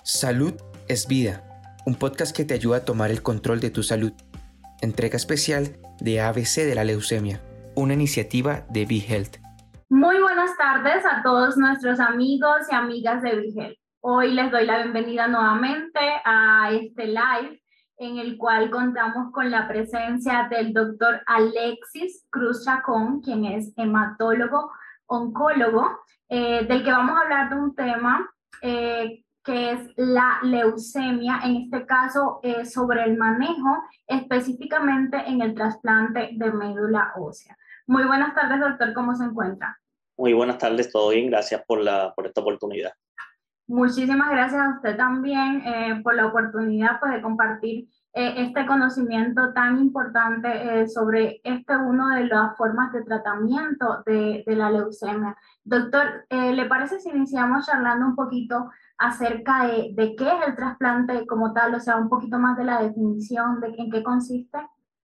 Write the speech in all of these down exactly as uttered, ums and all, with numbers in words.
Salud es vida, un podcast que te ayuda a tomar el control de tu salud. Entrega especial de A B C de la leucemia, una iniciativa de B-Health. Muy buenas tardes a todos nuestros amigos y amigas de B-Health. Hoy les doy la bienvenida nuevamente a este live en el cual contamos con la presencia del doctor Alexis Cruz Chacón, quien es hematólogo, oncólogo, eh, del que vamos a hablar de un tema eh, que es la leucemia, en este caso eh, sobre el manejo específicamente en el trasplante de médula ósea. Muy buenas tardes, doctor, ¿cómo se encuentra? Muy buenas tardes, todo bien, gracias por, la, por esta oportunidad. Muchísimas gracias a usted también eh, por la oportunidad pues, de compartir eh, este conocimiento tan importante eh, sobre este uno de las formas de tratamiento de, de la leucemia. Doctor, eh, ¿le parece si iniciamos charlando un poquito acerca de, de qué es el trasplante como tal, o sea, un poquito más de la definición de en qué consiste?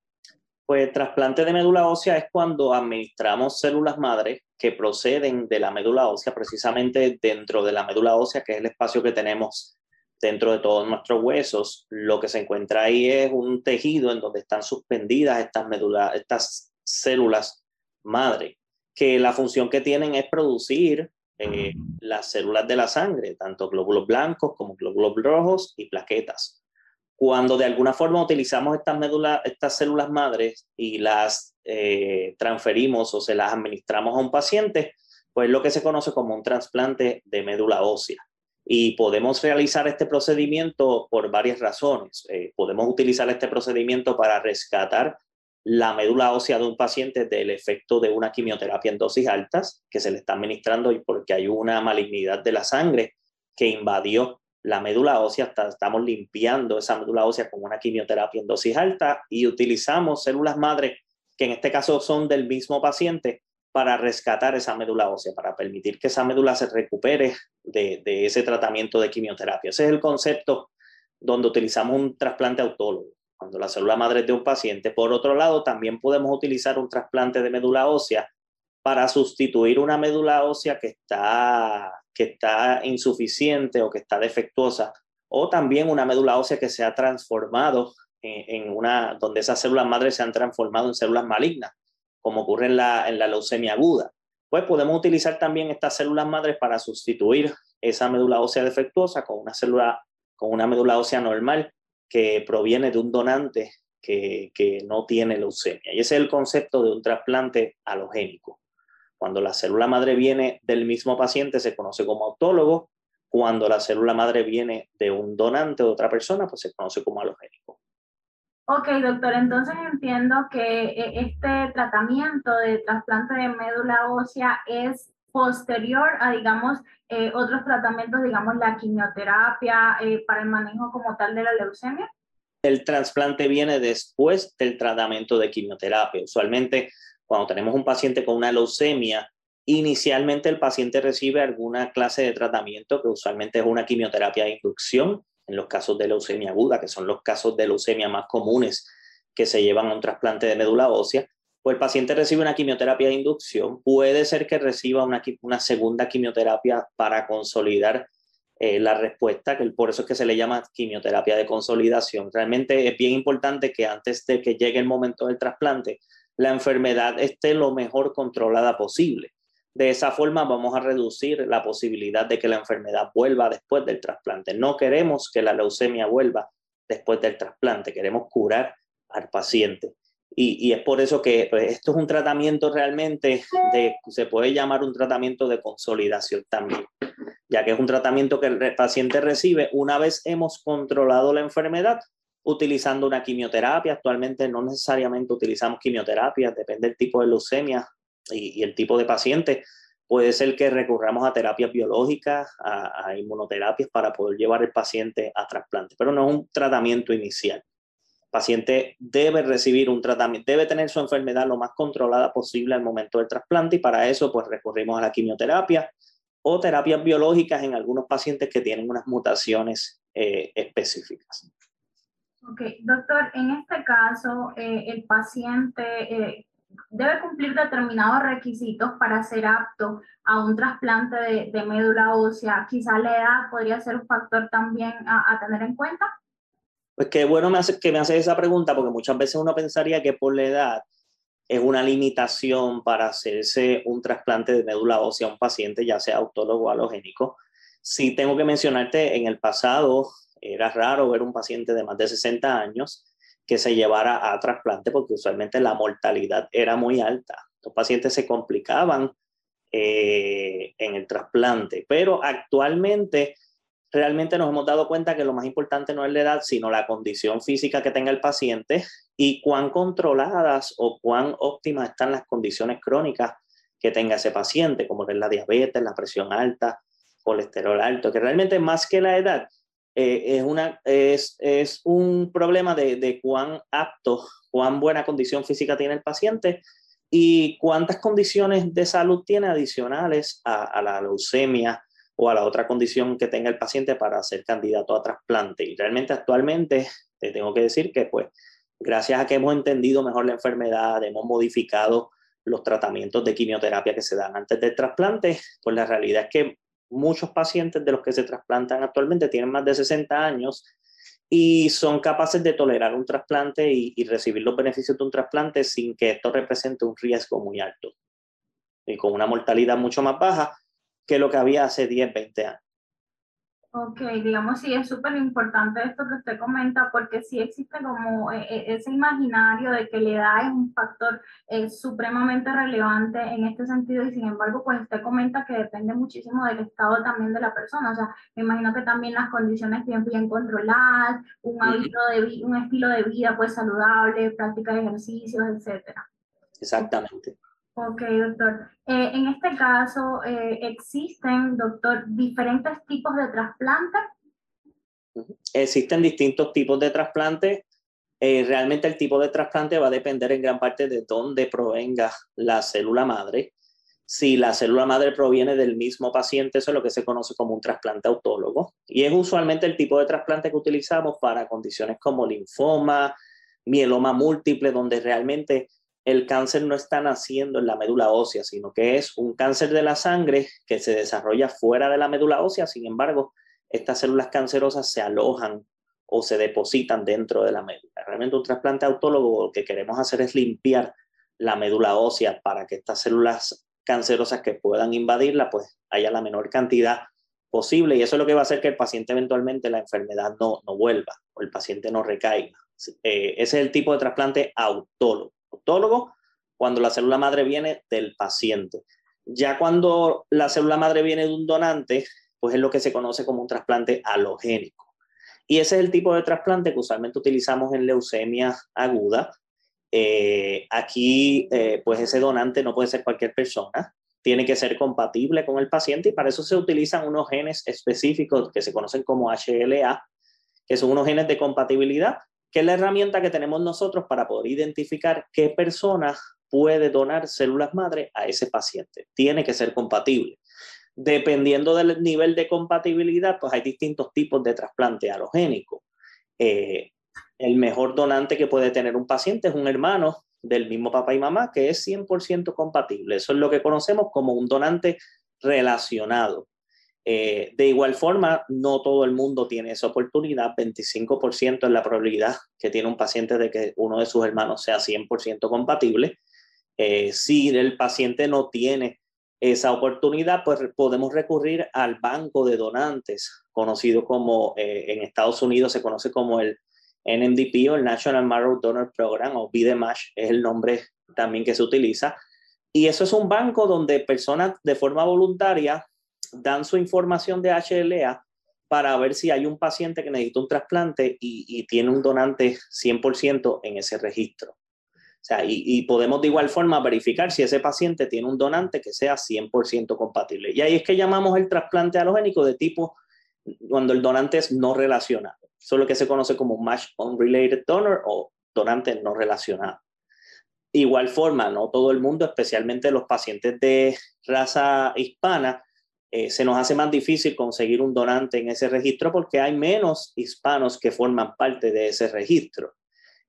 Pues el trasplante de médula ósea es cuando administramos células madre que proceden de la médula ósea, precisamente dentro de la médula ósea, que es el espacio que tenemos dentro de todos nuestros huesos. Lo que se encuentra ahí es un tejido en donde están suspendidas estas, médula, estas células madre, que la función que tienen es producir eh, las células de la sangre, tanto glóbulos blancos como glóbulos rojos y plaquetas. Cuando de alguna forma utilizamos estas, médula, estas células madres y las eh, transferimos o se las administramos a un paciente, pues lo que se conoce como un trasplante de médula ósea. Y podemos realizar este procedimiento por varias razones. Eh, podemos utilizar este procedimiento para rescatar la médula ósea de un paciente del efecto de una quimioterapia en dosis altas que se le está administrando porque hay una malignidad de la sangre que invadió la médula ósea. Estamos limpiando esa médula ósea con una quimioterapia en dosis alta y utilizamos células madre, que en este caso son del mismo paciente, para rescatar esa médula ósea, para permitir que esa médula se recupere de, de ese tratamiento de quimioterapia. Ese es el concepto donde utilizamos un trasplante autólogo, cuando la célula madre es de un paciente. Por otro lado, también podemos utilizar un trasplante de médula ósea para sustituir una médula ósea que está, que está insuficiente o que está defectuosa, o también una médula ósea que se ha transformado en, en una, donde esas células madres se han transformado en células malignas, como ocurre en la, en la leucemia aguda. Pues podemos utilizar también estas células madres para sustituir esa médula ósea defectuosa con una, célula, con una médula ósea normal que proviene de un donante que, que no tiene leucemia. Y ese es el concepto de un trasplante alogénico. Cuando la célula madre viene del mismo paciente se conoce como autólogo. Cuando la célula madre viene de un donante o de otra persona, pues se conoce como alogénico. Ok, doctor, entonces entiendo que este tratamiento de trasplante de médula ósea es posterior a, digamos, eh, otros tratamientos, digamos, la quimioterapia eh, para el manejo como tal de la leucemia. El trasplante viene después del tratamiento de quimioterapia. Usualmente, cuando tenemos un paciente con una leucemia, inicialmente el paciente recibe alguna clase de tratamiento que usualmente es una quimioterapia de inducción, en los casos de leucemia aguda, que son los casos de leucemia más comunes que se llevan a un trasplante de médula ósea. Pues el paciente recibe una quimioterapia de inducción. Puede ser que reciba una, una segunda quimioterapia para consolidar Eh, la respuesta, que por eso es que se le llama quimioterapia de consolidación. Realmente es bien importante que antes de que llegue el momento del trasplante, la enfermedad esté lo mejor controlada posible. De esa forma vamos a reducir la posibilidad de que la enfermedad vuelva después del trasplante. No queremos que la leucemia vuelva después del trasplante, queremos curar al paciente. Y, y es por eso que pues, esto es un tratamiento realmente, de, se puede llamar un tratamiento de consolidación también, ya que es un tratamiento que el paciente recibe una vez hemos controlado la enfermedad utilizando una quimioterapia. Actualmente no necesariamente utilizamos quimioterapia, depende del tipo de leucemia y, y el tipo de paciente. Puede ser que recurramos a terapias biológicas, a, a inmunoterapias para poder llevar al paciente a trasplante, pero no es un tratamiento inicial. El paciente debe recibir un tratamiento, debe tener su enfermedad lo más controlada posible al momento del trasplante, y para eso pues recurrimos a la quimioterapia o terapias biológicas en algunos pacientes que tienen unas mutaciones eh, específicas. Ok, doctor, en este caso, eh, el paciente, eh, debe cumplir determinados requisitos para ser apto a un trasplante de, de médula ósea. Quizá la edad podría ser un factor también a, a tener en cuenta. Pues qué bueno me hace, que me hace esa pregunta, porque muchas veces uno pensaría que por la edad es una limitación para hacerse un trasplante de médula ósea a un paciente, ya sea autólogo o alogénico. Sí tengo que mencionarte, en el pasado era raro ver un paciente de más de sesenta años que se llevara a trasplante, porque usualmente la mortalidad era muy alta. Los pacientes se complicaban eh, en el trasplante, pero actualmente realmente nos hemos dado cuenta que lo más importante no es la edad, sino la condición física que tenga el paciente y cuán controladas o cuán óptimas están las condiciones crónicas que tenga ese paciente, como es la diabetes, la presión alta, colesterol alto, que realmente más que la edad eh, es, una, es, es un problema de, de cuán apto, cuán buena condición física tiene el paciente y cuántas condiciones de salud tiene adicionales a, a la leucemia o a la otra condición que tenga el paciente para ser candidato a trasplante. Y realmente actualmente te tengo que decir que pues gracias a que hemos entendido mejor la enfermedad, hemos modificado los tratamientos de quimioterapia que se dan antes del trasplante, pues la realidad es que muchos pacientes de los que se trasplantan actualmente tienen más de sesenta años y son capaces de tolerar un trasplante y, y recibir los beneficios de un trasplante sin que esto represente un riesgo muy alto y con una mortalidad mucho más baja que lo que había hace diez, veinte años. Ok, digamos, sí, es súper importante esto que usted comenta, porque sí existe como eh, ese imaginario de que la edad es un factor eh, supremamente relevante en este sentido, y sin embargo, pues usted comenta que depende muchísimo del estado también de la persona. O sea, me imagino que también las condiciones bien, bien controladas, un hábito de vida, un estilo de vida pues saludable, práctica de ejercicios, etcétera. Exactamente. Ok, doctor. Eh, en este caso, eh, ¿existen, doctor, diferentes tipos de trasplantes? Existen distintos tipos de trasplantes. Eh, realmente el tipo de trasplante va a depender en gran parte de dónde provenga la célula madre. Si la célula madre proviene del mismo paciente, eso es lo que se conoce como un trasplante autólogo. Y es usualmente el tipo de trasplante que utilizamos para condiciones como linfoma, mieloma múltiple, donde realmente el cáncer no está naciendo en la médula ósea, sino que es un cáncer de la sangre que se desarrolla fuera de la médula ósea. Sin embargo, estas células cancerosas se alojan o se depositan dentro de la médula. Realmente un trasplante autólogo lo que queremos hacer es limpiar la médula ósea para que estas células cancerosas que puedan invadirla, pues haya la menor cantidad posible, y eso es lo que va a hacer que el paciente eventualmente la enfermedad no, no vuelva o el paciente no recaiga. Eh, ese es el tipo de trasplante autólogo. Autólogo cuando la célula madre viene del paciente. Ya cuando la célula madre viene de un donante, pues es lo que se conoce como un trasplante alogénico. Y ese es el tipo de trasplante que usualmente utilizamos en leucemia aguda. Eh, aquí, eh, pues ese donante no puede ser cualquier persona, tiene que ser compatible con el paciente y para eso se utilizan unos genes específicos que se conocen como H L A, que son unos genes de compatibilidad, que es la herramienta que tenemos nosotros para poder identificar qué persona puede donar células madre a ese paciente. Tiene que ser compatible. Dependiendo del nivel de compatibilidad, pues hay distintos tipos de trasplante alogénico. Eh, el mejor donante que puede tener un paciente es un hermano del mismo papá y mamá que es cien por ciento compatible. Eso es lo que conocemos como un donante relacionado. Eh, de igual forma, no todo el mundo tiene esa oportunidad. veinticinco por ciento es la probabilidad que tiene un paciente de que uno de sus hermanos sea cien por ciento compatible. Eh, si el paciente no tiene esa oportunidad, pues podemos recurrir al banco de donantes, conocido como eh, en Estados Unidos se conoce como el N M D P o el National Marrow Donor Program, o B D M A S H es el nombre también que se utiliza. Y eso es un banco donde personas de forma voluntaria dan su información de H L A para ver si hay un paciente que necesita un trasplante y, y tiene un donante cien por ciento en ese registro. O sea, y, y podemos de igual forma verificar si ese paciente tiene un donante que sea cien por ciento compatible. Y ahí es que llamamos el trasplante alogénico de tipo cuando el donante es no relacionado. Eso es lo que se conoce como match unrelated donor o donante no relacionado. Igual forma, no todo el mundo, especialmente los pacientes de raza hispana, eh, se nos hace más difícil conseguir un donante en ese registro porque hay menos hispanos que forman parte de ese registro.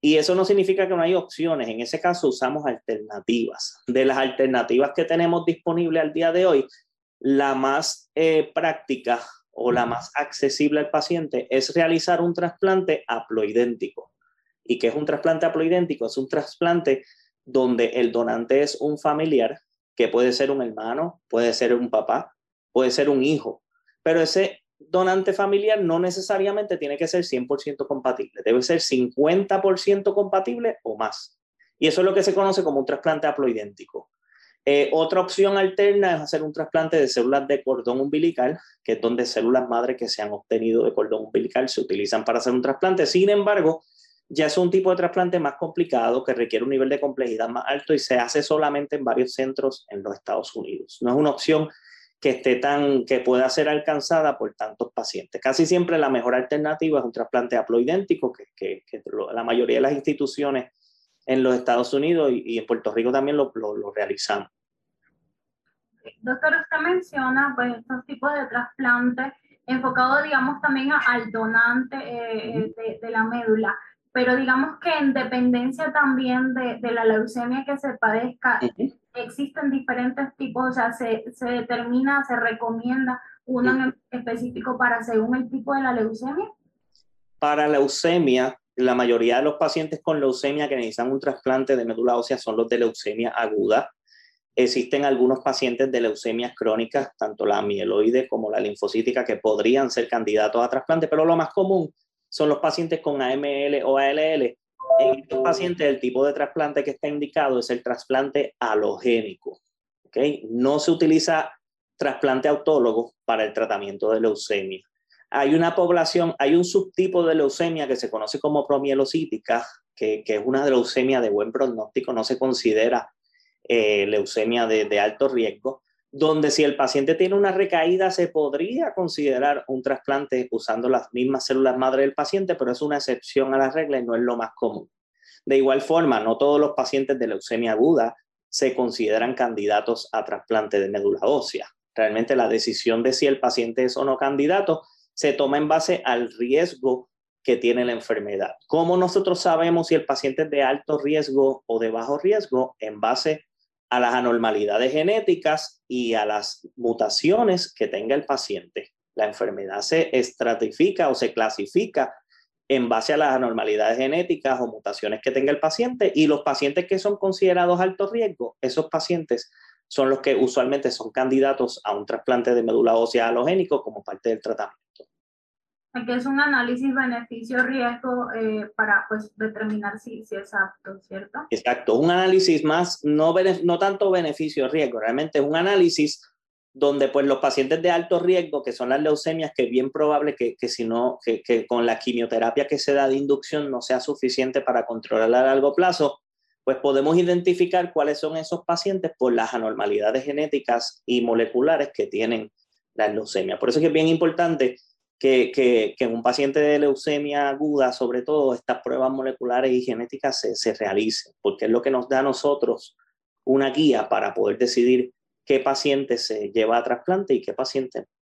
Y eso no significa que no hay opciones. En ese caso usamos alternativas. De las alternativas que tenemos disponibles al día de hoy, la más eh, práctica o la más accesible al paciente es realizar un trasplante haploidéntico. ¿Y qué es un trasplante haploidéntico? Es un trasplante donde el donante es un familiar, que puede ser un hermano, puede ser un papá, puede ser un hijo, pero ese donante familiar no necesariamente tiene que ser cien por ciento compatible, debe ser cincuenta por ciento compatible o más. Y eso es lo que se conoce como un trasplante haploidéntico. Eh, otra opción alterna es hacer un trasplante de células de cordón umbilical, que es donde células madre que se han obtenido de cordón umbilical se utilizan para hacer un trasplante. Sin embargo, ya es un tipo de trasplante más complicado que requiere un nivel de complejidad más alto y se hace solamente en varios centros en los Estados Unidos. No es una opción que esté tan, que pueda ser alcanzada por tantos pacientes. Casi siempre la mejor alternativa es un trasplante haploidéntico, que, que, que la mayoría de las instituciones en los Estados Unidos y, y en Puerto Rico también lo, lo, lo realizamos. Doctor, usted menciona pues estos tipos de trasplantes enfocados, digamos, también a, al donante eh, de, de la médula, pero digamos que en dependencia también de, de la leucemia que se padezca, uh-huh. existen diferentes tipos, o sea, se, se determina, se recomienda uno uh-huh. en específico para según el tipo de la leucemia. Para leucemia, la mayoría de los pacientes con leucemia que necesitan un trasplante de médula ósea son los de leucemia aguda. Existen algunos pacientes de leucemias crónicas, tanto la mieloide como la linfocítica, que podrían ser candidatos a trasplante, pero lo más común son los pacientes con A M L o A L L. En estos pacientes, el tipo de trasplante que está indicado es el trasplante halogénico. ¿Okay? No se utiliza trasplante autólogo para el tratamiento de leucemia. Hay una población, hay un subtipo de leucemia que se conoce como promielocítica, que, que es una leucemia de buen pronóstico, no se considera Eh, leucemia de, de alto riesgo, donde si el paciente tiene una recaída se podría considerar un trasplante usando las mismas células madre del paciente, pero es una excepción a la regla y no es lo más común. De igual forma, no todos los pacientes de leucemia aguda se consideran candidatos a trasplante de médula ósea. Realmente la decisión de si el paciente es o no candidato se toma en base al riesgo que tiene la enfermedad. ¿Cómo nosotros sabemos si el paciente es de alto riesgo o de bajo riesgo? En base a las anormalidades genéticas y a las mutaciones que tenga el paciente. La enfermedad se estratifica o se clasifica en base a las anormalidades genéticas o mutaciones que tenga el paciente, y los pacientes que son considerados alto riesgo, esos pacientes son los que usualmente son candidatos a un trasplante de médula ósea halogénico como parte del tratamiento. Aquí es un análisis beneficio-riesgo eh, para pues, determinar si, si es apto, ¿cierto? Exacto, un análisis más, no, no tanto beneficio-riesgo, realmente es un análisis donde pues, los pacientes de alto riesgo, que son las leucemias, que es bien probable que, que, si no, que, que con la quimioterapia que se da de inducción no sea suficiente para controlar a largo plazo, pues podemos identificar cuáles son esos pacientes por las anormalidades genéticas y moleculares que tienen la leucemia. Por eso es que es bien importante Que, que, que en un paciente de leucemia aguda, sobre todo, estas pruebas moleculares y genéticas se, se realicen, porque es lo que nos da a nosotros una guía para poder decidir qué paciente se lleva a trasplante y qué paciente no.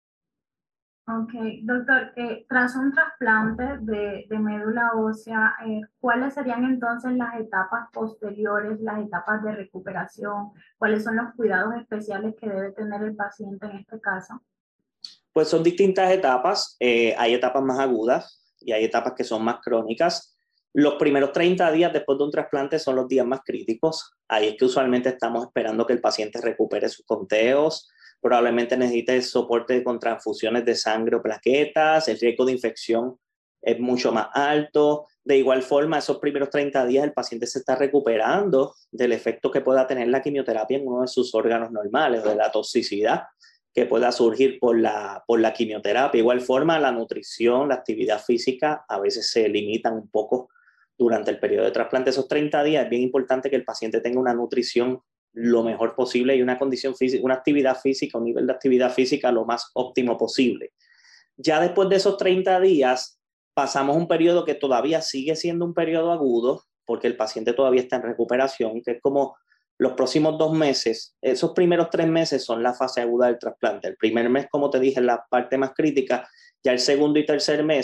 Ok, doctor, eh, tras un trasplante de, de médula ósea, eh, ¿cuáles serían entonces las etapas posteriores, las etapas de recuperación? ¿Cuáles son los cuidados especiales que debe tener el paciente en este caso? Pues son distintas etapas, eh, hay etapas más agudas y hay etapas que son más crónicas. Los primeros treinta días después de un trasplante son los días más críticos. Ahí es que usualmente estamos esperando que el paciente recupere sus conteos, probablemente necesite soporte con transfusiones de sangre o plaquetas, el riesgo de infección es mucho más alto. De igual forma, esos primeros treinta días el paciente se está recuperando del efecto que pueda tener la quimioterapia en uno de sus órganos normales, de la toxicidad que pueda surgir por la, por la quimioterapia. Igual forma, la nutrición, la actividad física a veces se limitan un poco durante el periodo de trasplante. Esos treinta días es bien importante que el paciente tenga una nutrición lo mejor posible y una condición física, una actividad física, un nivel de actividad física lo más óptimo posible. Ya después de esos treinta días pasamos un periodo que todavía sigue siendo un periodo agudo porque el paciente todavía está en recuperación, que es como los próximos dos meses. Esos primeros tres meses son la fase aguda del trasplante. El primer mes, como te dije, es la parte más crítica. Ya el segundo y tercer mes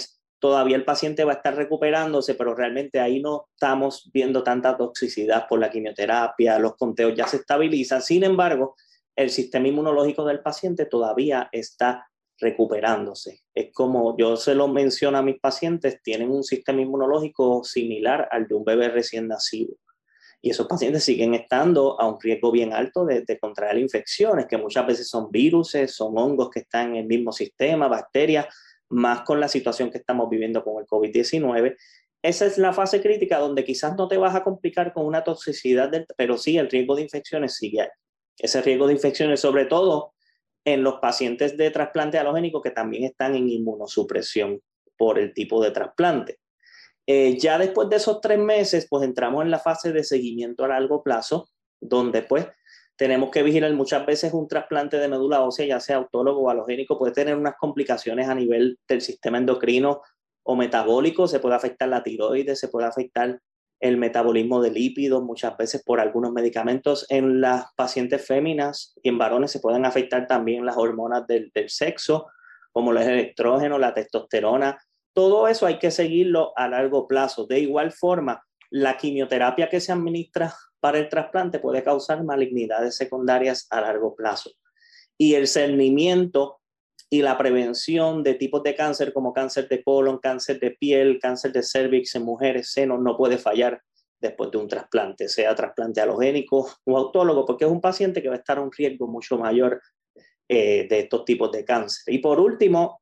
todavía el paciente va a estar recuperándose, pero realmente ahí no estamos viendo tanta toxicidad por la quimioterapia, los conteos ya se estabilizan. Sin embargo, el sistema inmunológico del paciente todavía está recuperándose. Es como yo se lo menciono a mis pacientes, tienen un sistema inmunológico similar al de un bebé recién nacido. Y esos pacientes siguen estando a un riesgo bien alto de, de contraer infecciones, que muchas veces son virus, son hongos que están en el mismo sistema, bacterias, más con la situación que estamos viviendo con el COVID diecinueve. Esa es la fase crítica donde quizás no te vas a complicar con una toxicidad, del, pero sí el riesgo de infecciones sigue ahí. Ese riesgo de infecciones, sobre todo en los pacientes de trasplante halogénico que también están en inmunosupresión por el tipo de trasplante. Eh, ya después de esos tres meses, pues entramos en la fase de seguimiento a largo plazo, donde pues tenemos que vigilar muchas veces un trasplante de médula ósea, ya sea autólogo o halogénico, puede tener unas complicaciones a nivel del sistema endocrino o metabólico, se puede afectar la tiroides, se puede afectar el metabolismo de lípidos, muchas veces por algunos medicamentos. En las pacientes féminas y en varones se pueden afectar también las hormonas del, del sexo, como el estrógeno, la testosterona. Todo eso hay que seguirlo a largo plazo. De igual forma, la quimioterapia que se administra para el trasplante puede causar malignidades secundarias a largo plazo. Y el cernimiento y la prevención de tipos de cáncer como cáncer de colon, cáncer de piel, cáncer de cervix en mujeres, senos, no puede fallar después de un trasplante, sea trasplante halogénico o autólogo, porque es un paciente que va a estar a un riesgo mucho mayor eh, de estos tipos de cáncer. Y por último,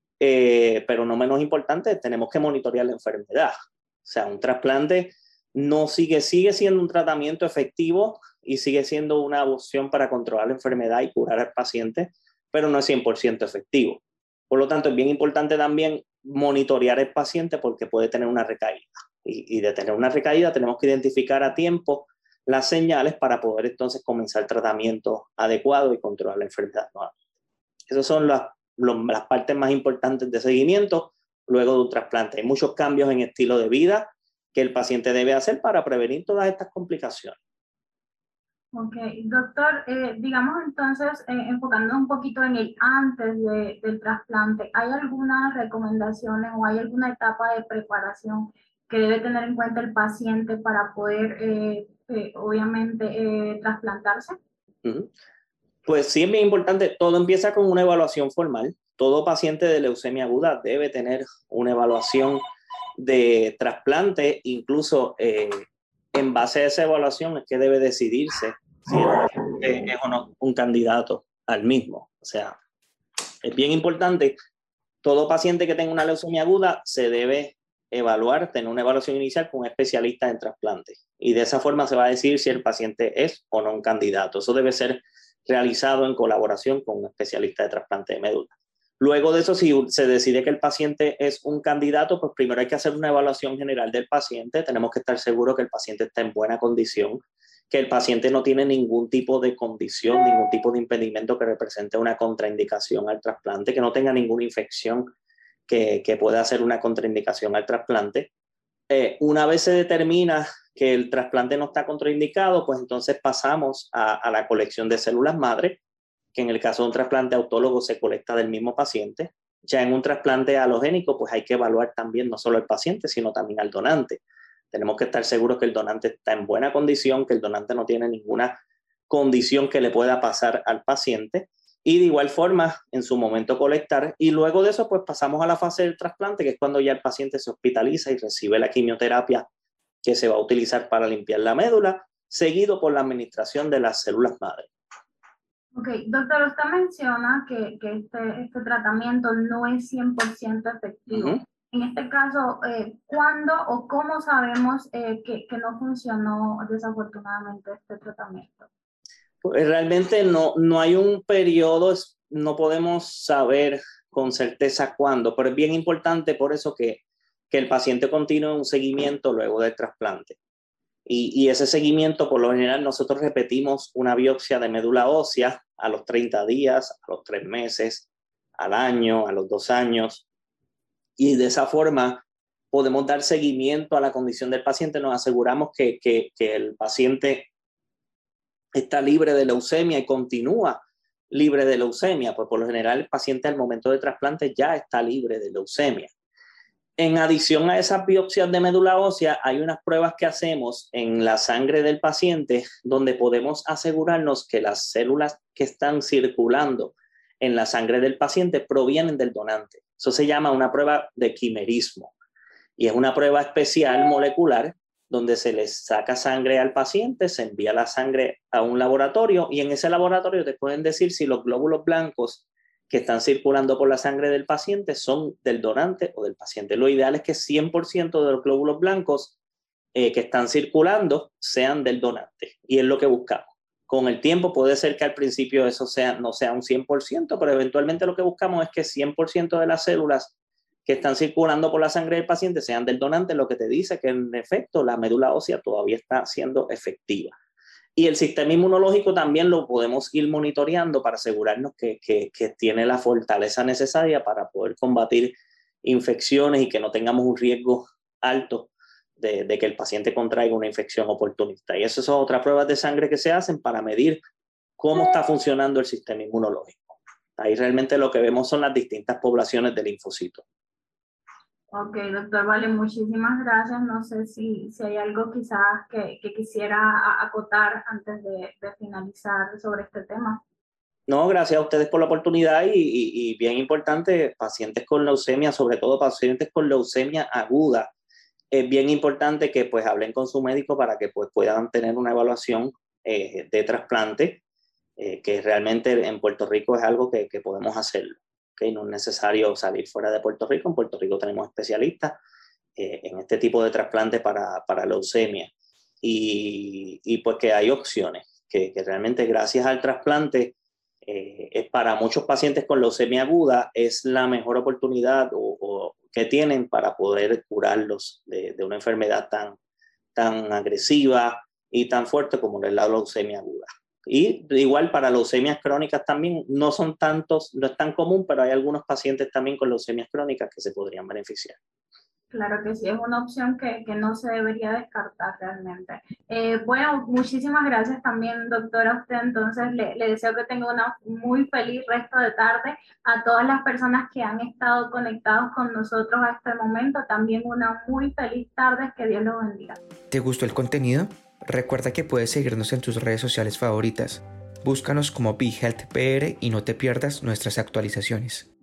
eh, pero no menos importante, tenemos que monitorear la enfermedad. O sea, un trasplante no sigue, sigue siendo un tratamiento efectivo y sigue siendo una opción para controlar la enfermedad y curar al paciente, pero no es cien por ciento efectivo. Por lo tanto, es bien importante también monitorear al paciente porque puede tener una recaída. Y, y de tener una recaída tenemos que identificar a tiempo las señales para poder entonces comenzar el tratamiento adecuado y controlar la enfermedad nuevamente. Esas son las, los, las partes más importantes de seguimiento luego de un trasplante. Hay muchos cambios en estilo de vida que el paciente debe hacer para prevenir todas estas complicaciones. Ok, doctor, eh, digamos entonces, eh, enfocándonos un poquito en el antes de, del trasplante, ¿hay algunas recomendaciones o hay alguna etapa de preparación que debe tener en cuenta el paciente para poder, eh, eh, obviamente, eh, trasplantarse? Uh-huh. Pues sí, es bien importante. Todo empieza con una evaluación formal. Todo paciente de leucemia aguda debe tener una evaluación de trasplante, incluso eh, en base a esa evaluación es que debe decidirse si es o no un candidato al mismo. O sea, es bien importante. Todo paciente que tenga una leucemia aguda se debe evaluar, tener una evaluación inicial con un especialista en trasplante. Y de esa forma se va a decidir si el paciente es o no un candidato. Eso debe ser realizado en colaboración con un especialista de trasplante de médula. Luego de eso, si se decide que el paciente es un candidato, pues primero hay que hacer una evaluación general del paciente. Tenemos que estar seguros que el paciente está en buena condición, que el paciente no tiene ningún tipo de condición, ningún tipo de impedimento que represente una contraindicación al trasplante, que no tenga ninguna infección que, que pueda hacer una contraindicación al trasplante. Eh, una vez se determina que el trasplante no está contraindicado, pues entonces pasamos a, a la colección de células madre, que en el caso de un trasplante autólogo se colecta del mismo paciente. Ya en un trasplante halogénico, pues hay que evaluar también no solo al paciente, sino también al donante. Tenemos que estar seguros que el donante está en buena condición, que el donante no tiene ninguna condición que le pueda pasar al paciente. Y de igual forma, en su momento colectar. Y luego de eso, pues pasamos a la fase del trasplante, que es cuando ya el paciente se hospitaliza y recibe la quimioterapia que se va a utilizar para limpiar la médula, seguido por la administración de las células madre. Ok, doctor, usted menciona que, que este, este tratamiento no es cien por ciento efectivo. Uh-huh. En este caso, eh, ¿cuándo o cómo sabemos eh, que, que no funcionó desafortunadamente este tratamiento? Pues realmente no, no hay un periodo, no podemos saber con certeza cuándo, pero es bien importante por eso que, que el paciente continúe un seguimiento luego del trasplante. Y, y ese seguimiento, por lo general, nosotros repetimos una biopsia de médula ósea a los treinta días, a los tres meses, al año, a los dos años. Y de esa forma podemos dar seguimiento a la condición del paciente. Nos aseguramos que, que, que el paciente está libre de leucemia y continúa libre de leucemia. Pues por lo general el paciente al momento de trasplante ya está libre de leucemia. En adición a esas biopsias de médula ósea, hay unas pruebas que hacemos en la sangre del paciente donde podemos asegurarnos que las células que están circulando en la sangre del paciente provienen del donante. Eso se llama una prueba de quimerismo y es una prueba especial molecular donde se le saca sangre al paciente, se envía la sangre a un laboratorio y en ese laboratorio te pueden decir si los glóbulos blancos que están circulando por la sangre del paciente son del donante o del paciente. Lo ideal es que cien por ciento de los glóbulos blancos eh, que están circulando sean del donante y es lo que buscamos. Con el tiempo puede ser que al principio eso sea, no sea un cien por ciento, pero eventualmente lo que buscamos es que cien por ciento de las células que están circulando por la sangre del paciente sean del donante, lo que te dice que en efecto la médula ósea todavía está siendo efectiva. Y el sistema inmunológico también lo podemos ir monitoreando para asegurarnos que, que, que tiene la fortaleza necesaria para poder combatir infecciones y que no tengamos un riesgo alto de, de que el paciente contraiga una infección oportunista. Y esas son otras pruebas de sangre que se hacen para medir cómo está funcionando el sistema inmunológico. Ahí realmente lo que vemos son las distintas poblaciones de linfocitos. Ok, doctor, vale, muchísimas gracias. No sé si, si hay algo quizás que, que quisiera acotar antes de, de finalizar sobre este tema. No, gracias a ustedes por la oportunidad y, y, y bien importante, pacientes con leucemia, sobre todo pacientes con leucemia aguda, es bien importante que pues hablen con su médico para que pues puedan tener una evaluación eh, de trasplante, eh, que realmente en Puerto Rico es algo que, que podemos hacerlo. Okay, no es necesario salir fuera de Puerto Rico. En Puerto Rico tenemos especialistas eh, en este tipo de trasplante para, para leucemia. Y, y pues que hay opciones, que, que realmente gracias al trasplante, eh, es para muchos pacientes con leucemia aguda, es la mejor oportunidad o, o que tienen para poder curarlos de, de una enfermedad tan, tan agresiva y tan fuerte como es la leucemia aguda. Y igual para leucemias crónicas también no son tantos, no es tan común, pero hay algunos pacientes también con leucemias crónicas que se podrían beneficiar. Claro que sí, es una opción que, que no se debería descartar realmente. Eh, bueno, muchísimas gracias también, doctora, a usted. Entonces, le, le deseo que tenga una muy feliz resto de tarde. A todas las personas que han estado conectados con nosotros a este momento, también una muy feliz tarde. Que Dios los bendiga. ¿Te gustó el contenido? Recuerda que puedes seguirnos en tus redes sociales favoritas. Búscanos como BeHealth P R y no te pierdas nuestras actualizaciones.